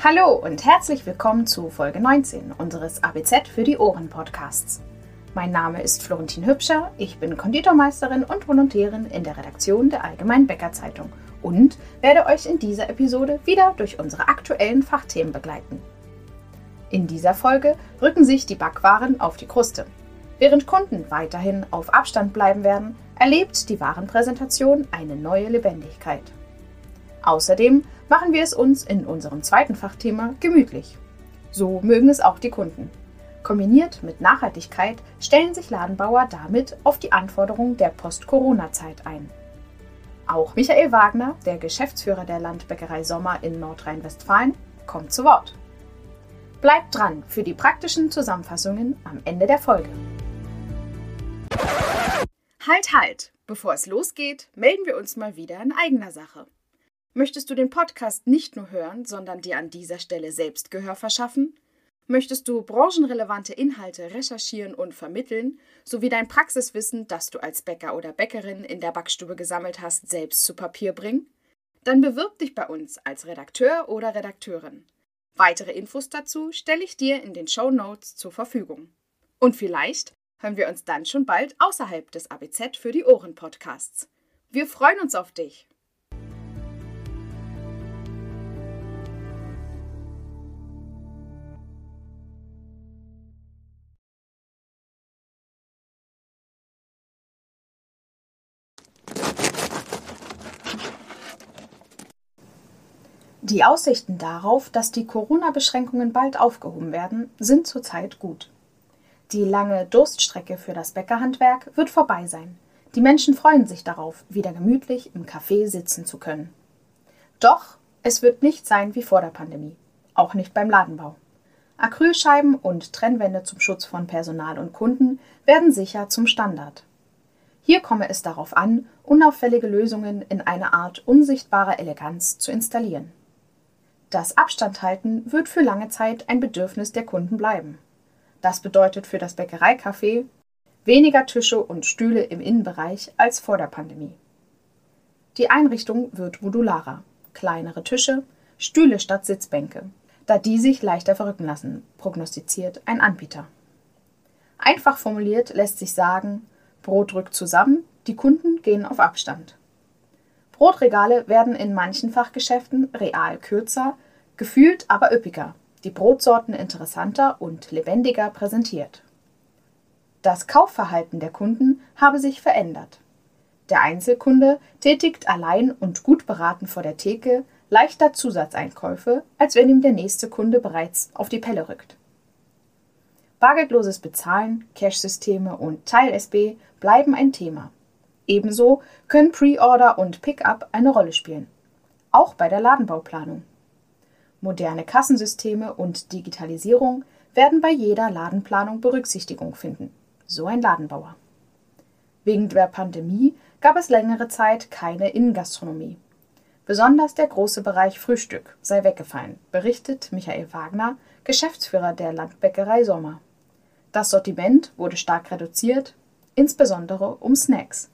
Hallo und herzlich willkommen zu Folge 19 unseres ABZ für die Ohren Podcasts. Mein Name ist Florentin Hübscher, ich bin Konditormeisterin und Volontärin in der Redaktion der Allgemeinen Bäckerzeitung und werde euch in dieser Episode wieder durch unsere aktuellen Fachthemen begleiten. In dieser Folge rücken sich die Backwaren auf die Kruste. Während Kunden weiterhin auf Abstand bleiben werden, erlebt die Warenpräsentation eine neue Lebendigkeit. Außerdem machen wir es uns in unserem zweiten Fachthema gemütlich. So mögen es auch die Kunden. Kombiniert mit Nachhaltigkeit stellen sich Ladenbauer damit auf die Anforderungen der Post-Corona-Zeit ein. Auch Michael Wagner, der Geschäftsführer der Landbäckerei Sommer in Nordrhein-Westfalen, kommt zu Wort. Bleibt dran für die praktischen Zusammenfassungen am Ende der Folge. Halt! Bevor es losgeht, melden wir uns mal wieder in eigener Sache. Möchtest du den Podcast nicht nur hören, sondern dir an dieser Stelle selbst Gehör verschaffen? Möchtest du branchenrelevante Inhalte recherchieren und vermitteln, sowie dein Praxiswissen, das du als Bäcker oder Bäckerin in der Backstube gesammelt hast, selbst zu Papier bringen? Dann bewirb dich bei uns als Redakteur oder Redakteurin. Weitere Infos dazu stelle ich dir in den Shownotes zur Verfügung. Und vielleicht hören wir uns dann schon bald außerhalb des ABZ für die Ohren Podcasts. Wir freuen uns auf dich! Die Aussichten darauf, dass die Corona-Beschränkungen bald aufgehoben werden, sind zurzeit gut. Die lange Durststrecke für das Bäckerhandwerk wird vorbei sein. Die Menschen freuen sich darauf, wieder gemütlich im Café sitzen zu können. Doch es wird nicht sein wie vor der Pandemie, auch nicht beim Ladenbau. Acrylscheiben und Trennwände zum Schutz von Personal und Kunden werden sicher zum Standard. Hier komme es darauf an, unauffällige Lösungen in einer Art unsichtbarer Eleganz zu installieren. Das Abstandhalten wird für lange Zeit ein Bedürfnis der Kunden bleiben. Das bedeutet für das Bäckereicafé weniger Tische und Stühle im Innenbereich als vor der Pandemie. Die Einrichtung wird modularer, kleinere Tische, Stühle statt Sitzbänke, da die sich leichter verrücken lassen, prognostiziert ein Anbieter. Einfach formuliert lässt sich sagen, Brot rückt zusammen, die Kunden gehen auf Abstand. Brotregale werden in manchen Fachgeschäften real kürzer, gefühlt aber üppiger, die Brotsorten interessanter und lebendiger präsentiert. Das Kaufverhalten der Kunden habe sich verändert. Der Einzelkunde tätigt allein und gut beraten vor der Theke leichter Zusatzeinkäufe, als wenn ihm der nächste Kunde bereits auf die Pelle rückt. Bargeldloses Bezahlen, Cash-Systeme und Teil-SB bleiben ein Thema. Ebenso können Pre-Order und Pick-up eine Rolle spielen, auch bei der Ladenbauplanung. Moderne Kassensysteme und Digitalisierung werden bei jeder Ladenplanung Berücksichtigung finden, so ein Ladenbauer. Wegen der Pandemie gab es längere Zeit keine Innengastronomie. Besonders der große Bereich Frühstück sei weggefallen, berichtet Michael Wagner, Geschäftsführer der Landbäckerei Sommer. Das Sortiment wurde stark reduziert, insbesondere um Snacks.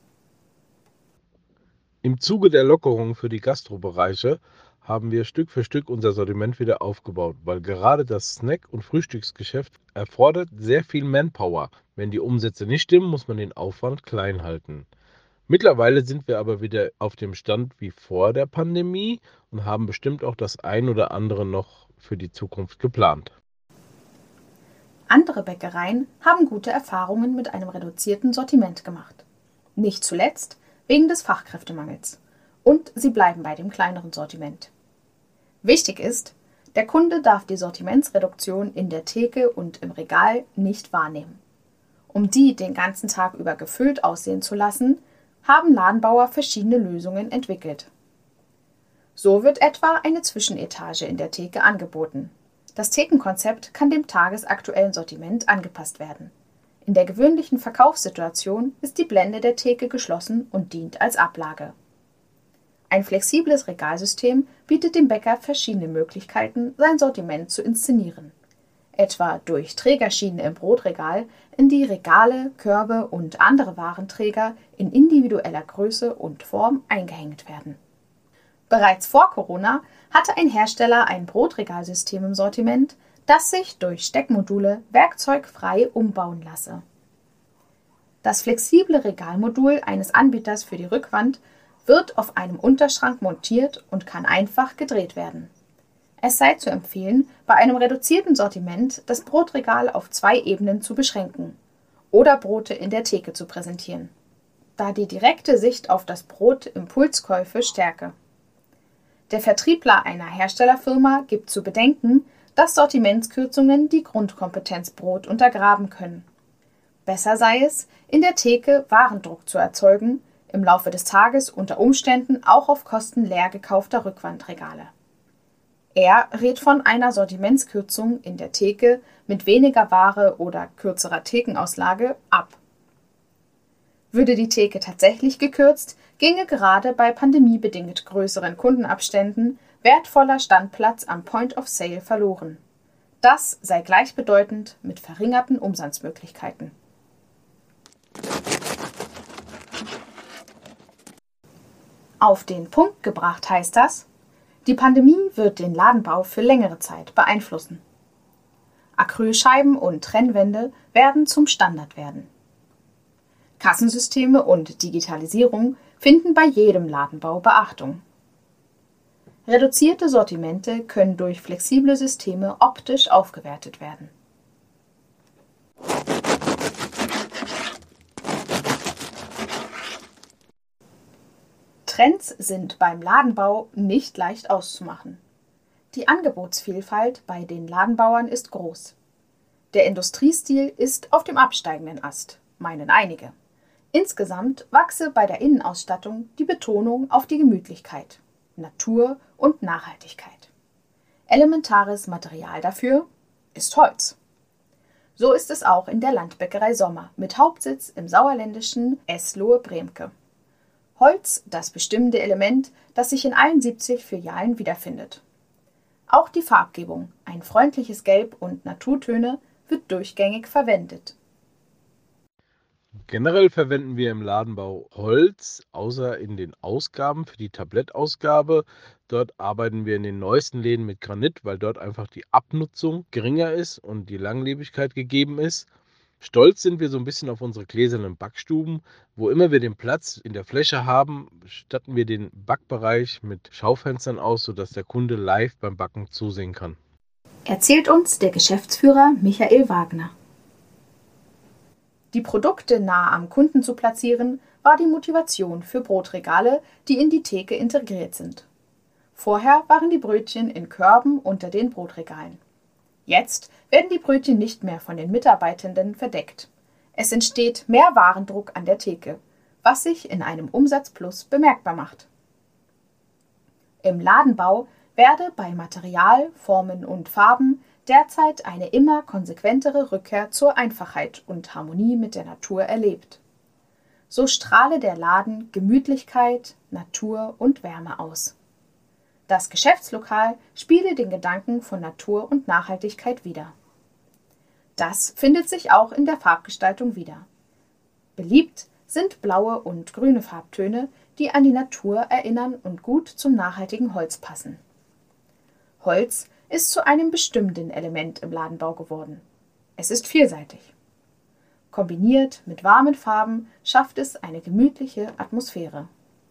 Im Zuge der Lockerung für die Gastrobereiche haben wir Stück für Stück unser Sortiment wieder aufgebaut, weil gerade das Snack- und Frühstücksgeschäft erfordert sehr viel Manpower. Wenn die Umsätze nicht stimmen, muss man den Aufwand klein halten. Mittlerweile sind wir aber wieder auf dem Stand wie vor der Pandemie und haben bestimmt auch das ein oder andere noch für die Zukunft geplant. Andere Bäckereien haben gute Erfahrungen mit einem reduzierten Sortiment gemacht. Nicht zuletzt wegen des Fachkräftemangels. Und sie bleiben bei dem kleineren Sortiment. Wichtig ist, der Kunde darf die Sortimentsreduktion in der Theke und im Regal nicht wahrnehmen. Um die den ganzen Tag über gefüllt aussehen zu lassen, haben Ladenbauer verschiedene Lösungen entwickelt. So wird etwa eine Zwischenetage in der Theke angeboten. Das Thekenkonzept kann dem tagesaktuellen Sortiment angepasst werden. In der gewöhnlichen Verkaufssituation ist die Blende der Theke geschlossen und dient als Ablage. Ein flexibles Regalsystem bietet dem Bäcker verschiedene Möglichkeiten, sein Sortiment zu inszenieren. Etwa durch Trägerschienen im Brotregal, in die Regale, Körbe und andere Warenträger in individueller Größe und Form eingehängt werden. Bereits vor Corona hatte ein Hersteller ein Brotregalsystem im Sortiment, das sich durch Steckmodule werkzeugfrei umbauen lasse. Das flexible Regalmodul eines Anbieters für die Rückwand wird auf einem Unterschrank montiert und kann einfach gedreht werden. Es sei zu empfehlen, bei einem reduzierten Sortiment das Brotregal auf 2 Ebenen zu beschränken oder Brote in der Theke zu präsentieren, da die direkte Sicht auf das Brot Impulskäufe stärke. Der Vertriebler einer Herstellerfirma gibt zu bedenken, dass Sortimentskürzungen die Grundkompetenz Brot untergraben können. Besser sei es, in der Theke Warendruck zu erzeugen, im Laufe des Tages unter Umständen auch auf Kosten leer gekaufter Rückwandregale. Er rät von einer Sortimentskürzung in der Theke mit weniger Ware oder kürzerer Thekenauslage ab. Würde die Theke tatsächlich gekürzt, ginge gerade bei pandemiebedingt größeren Kundenabständen wertvoller Standplatz am Point of Sale verloren. Das sei gleichbedeutend mit verringerten Umsatzmöglichkeiten. Auf den Punkt gebracht heißt das: Die Pandemie wird den Ladenbau für längere Zeit beeinflussen. Acrylscheiben und Trennwände werden zum Standard werden. Kassensysteme und Digitalisierung finden bei jedem Ladenbau Beachtung. Reduzierte Sortimente können durch flexible Systeme optisch aufgewertet werden. Trends sind beim Ladenbau nicht leicht auszumachen. Die Angebotsvielfalt bei den Ladenbauern ist groß. Der Industriestil ist auf dem absteigenden Ast, meinen einige. Insgesamt wachse bei der Innenausstattung die Betonung auf die Gemütlichkeit, Natur und Nachhaltigkeit. Elementares Material dafür ist Holz. So ist es auch in der Landbäckerei Sommer mit Hauptsitz im sauerländischen Eslohe-Bremke. Holz, das bestimmende Element, das sich in allen 70 Filialen wiederfindet. Auch die Farbgebung, ein freundliches Gelb und Naturtöne, wird durchgängig verwendet. Generell verwenden wir im Ladenbau Holz, außer in den Ausgaben für die Tablettausgabe. Dort arbeiten wir in den neuesten Läden mit Granit, weil dort einfach die Abnutzung geringer ist und die Langlebigkeit gegeben ist. Stolz sind wir so ein bisschen auf unsere gläsernen Backstuben. Wo immer wir den Platz in der Fläche haben, statten wir den Backbereich mit Schaufenstern aus, sodass der Kunde live beim Backen zusehen kann. Erzählt uns der Geschäftsführer Michael Wagner. Die Produkte nah am Kunden zu platzieren, war die Motivation für Brotregale, die in die Theke integriert sind. Vorher waren die Brötchen in Körben unter den Brotregalen. Jetzt werden die Brötchen nicht mehr von den Mitarbeitenden verdeckt. Es entsteht mehr Warendruck an der Theke, was sich in einem Umsatzplus bemerkbar macht. Im Ladenbau werde bei Material, Formen und Farben derzeit eine immer konsequentere Rückkehr zur Einfachheit und Harmonie mit der Natur erlebt. So strahle der Laden Gemütlichkeit, Natur und Wärme aus. Das Geschäftslokal spiele den Gedanken von Natur und Nachhaltigkeit wider. Das findet sich auch in der Farbgestaltung wieder. Beliebt sind blaue und grüne Farbtöne, die an die Natur erinnern und gut zum nachhaltigen Holz passen. Holz ist zu einem bestimmenden Element im Ladenbau geworden. Es ist vielseitig. Kombiniert mit warmen Farben schafft es eine gemütliche Atmosphäre.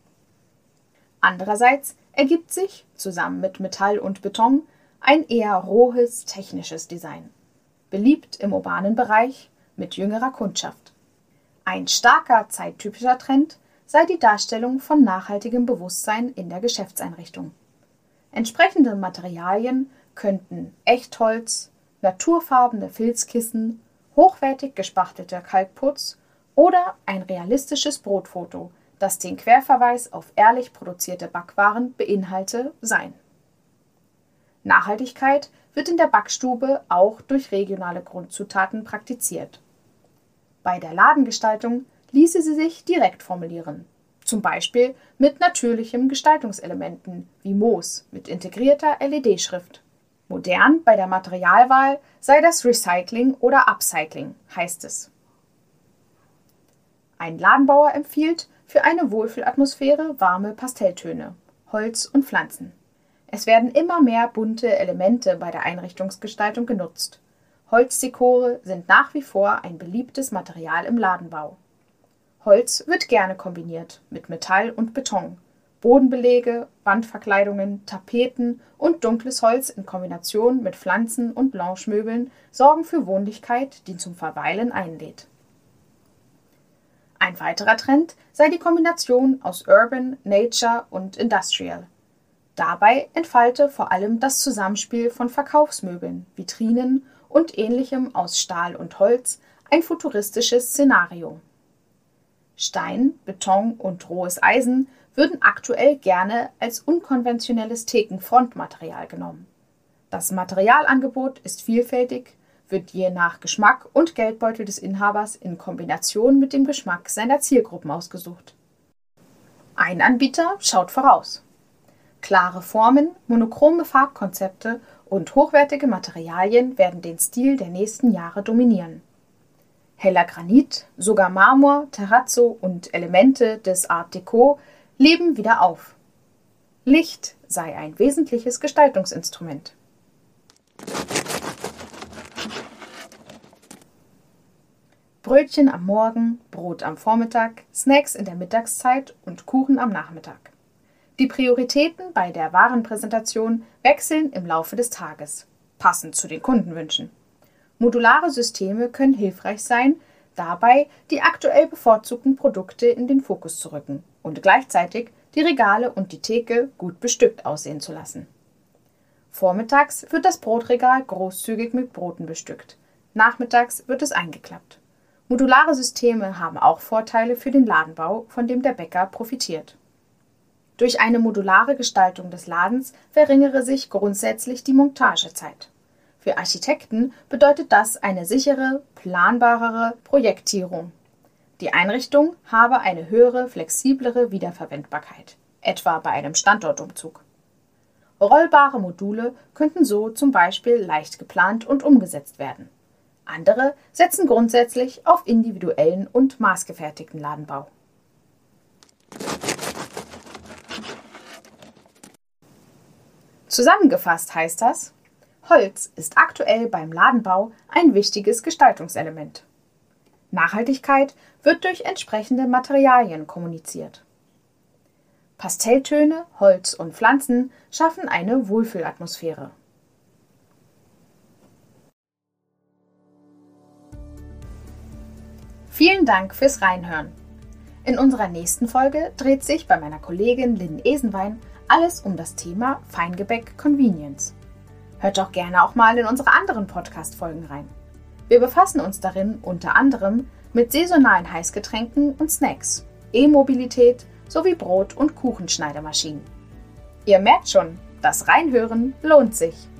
Andererseits ergibt sich, zusammen mit Metall und Beton, ein eher rohes, technisches Design. Beliebt im urbanen Bereich mit jüngerer Kundschaft. Ein starker zeittypischer Trend sei die Darstellung von nachhaltigem Bewusstsein in der Geschäftseinrichtung. Entsprechende Materialien könnten Echtholz, naturfarbene Filzkissen, hochwertig gespachtelter Kalkputz oder ein realistisches Brotfoto, das den Querverweis auf ehrlich produzierte Backwaren beinhalte, sein. Nachhaltigkeit wird in der Backstube auch durch regionale Grundzutaten praktiziert. Bei der Ladengestaltung ließe sie sich direkt formulieren, zum Beispiel mit natürlichen Gestaltungselementen wie Moos mit integrierter LED-Schrift. Modern bei der Materialwahl sei das Recycling oder Upcycling, heißt es. Ein Ladenbauer empfiehlt für eine Wohlfühlatmosphäre warme Pastelltöne Holz und Pflanzen. Es werden immer mehr bunte Elemente bei der Einrichtungsgestaltung genutzt. Holzdekore sind nach wie vor ein beliebtes Material im Ladenbau. Holz wird gerne kombiniert mit Metall und Beton. Bodenbelege, Wandverkleidungen, Tapeten und dunkles Holz in Kombination mit Pflanzen und Loungemöbeln sorgen für Wohnlichkeit, die zum Verweilen einlädt. Ein weiterer Trend sei die Kombination aus Urban, Nature und Industrial. Dabei entfalte vor allem das Zusammenspiel von Verkaufsmöbeln, Vitrinen und Ähnlichem aus Stahl und Holz ein futuristisches Szenario. Stein, Beton und rohes Eisen würden aktuell gerne als unkonventionelles Thekenfrontmaterial genommen. Das Materialangebot ist vielfältig, wird je nach Geschmack und Geldbeutel des Inhabers in Kombination mit dem Geschmack seiner Zielgruppen ausgesucht. Ein Anbieter schaut voraus. Klare Formen, monochrome Farbkonzepte und hochwertige Materialien werden den Stil der nächsten Jahre dominieren. Heller Granit, sogar Marmor, Terrazzo und Elemente des Art Deco leben wieder auf. Licht sei ein wesentliches Gestaltungsinstrument. Brötchen am Morgen, Brot am Vormittag, Snacks in der Mittagszeit und Kuchen am Nachmittag. Die Prioritäten bei der Warenpräsentation wechseln im Laufe des Tages, passend zu den Kundenwünschen. Modulare Systeme können hilfreich sein, dabei die aktuell bevorzugten Produkte in den Fokus zu rücken und gleichzeitig die Regale und die Theke gut bestückt aussehen zu lassen. Vormittags wird das Brotregal großzügig mit Broten bestückt, nachmittags wird es eingeklappt. Modulare Systeme haben auch Vorteile für den Ladenbau, von dem der Bäcker profitiert. Durch eine modulare Gestaltung des Ladens verringere sich grundsätzlich die Montagezeit. Für Architekten bedeutet das eine sichere, planbarere Projektierung. Die Einrichtung habe eine höhere, flexiblere Wiederverwendbarkeit, etwa bei einem Standortumzug. Rollbare Module könnten so zum Beispiel leicht geplant und umgesetzt werden. Andere setzen grundsätzlich auf individuellen und maßgefertigten Ladenbau. Zusammengefasst heißt das: Holz ist aktuell beim Ladenbau ein wichtiges Gestaltungselement. Nachhaltigkeit wird durch entsprechende Materialien kommuniziert. Pastelltöne, Holz und Pflanzen schaffen eine Wohlfühlatmosphäre. Vielen Dank fürs Reinhören. In unserer nächsten Folge dreht sich bei meiner Kollegin Lynn Esenwein alles um das Thema Feingebäck Convenience. Hört doch gerne auch mal in unsere anderen Podcast-Folgen rein. Wir befassen uns darin unter anderem mit saisonalen Heißgetränken und Snacks, E-Mobilität sowie Brot- und Kuchenschneidemaschinen. Ihr merkt schon, das Reinhören lohnt sich.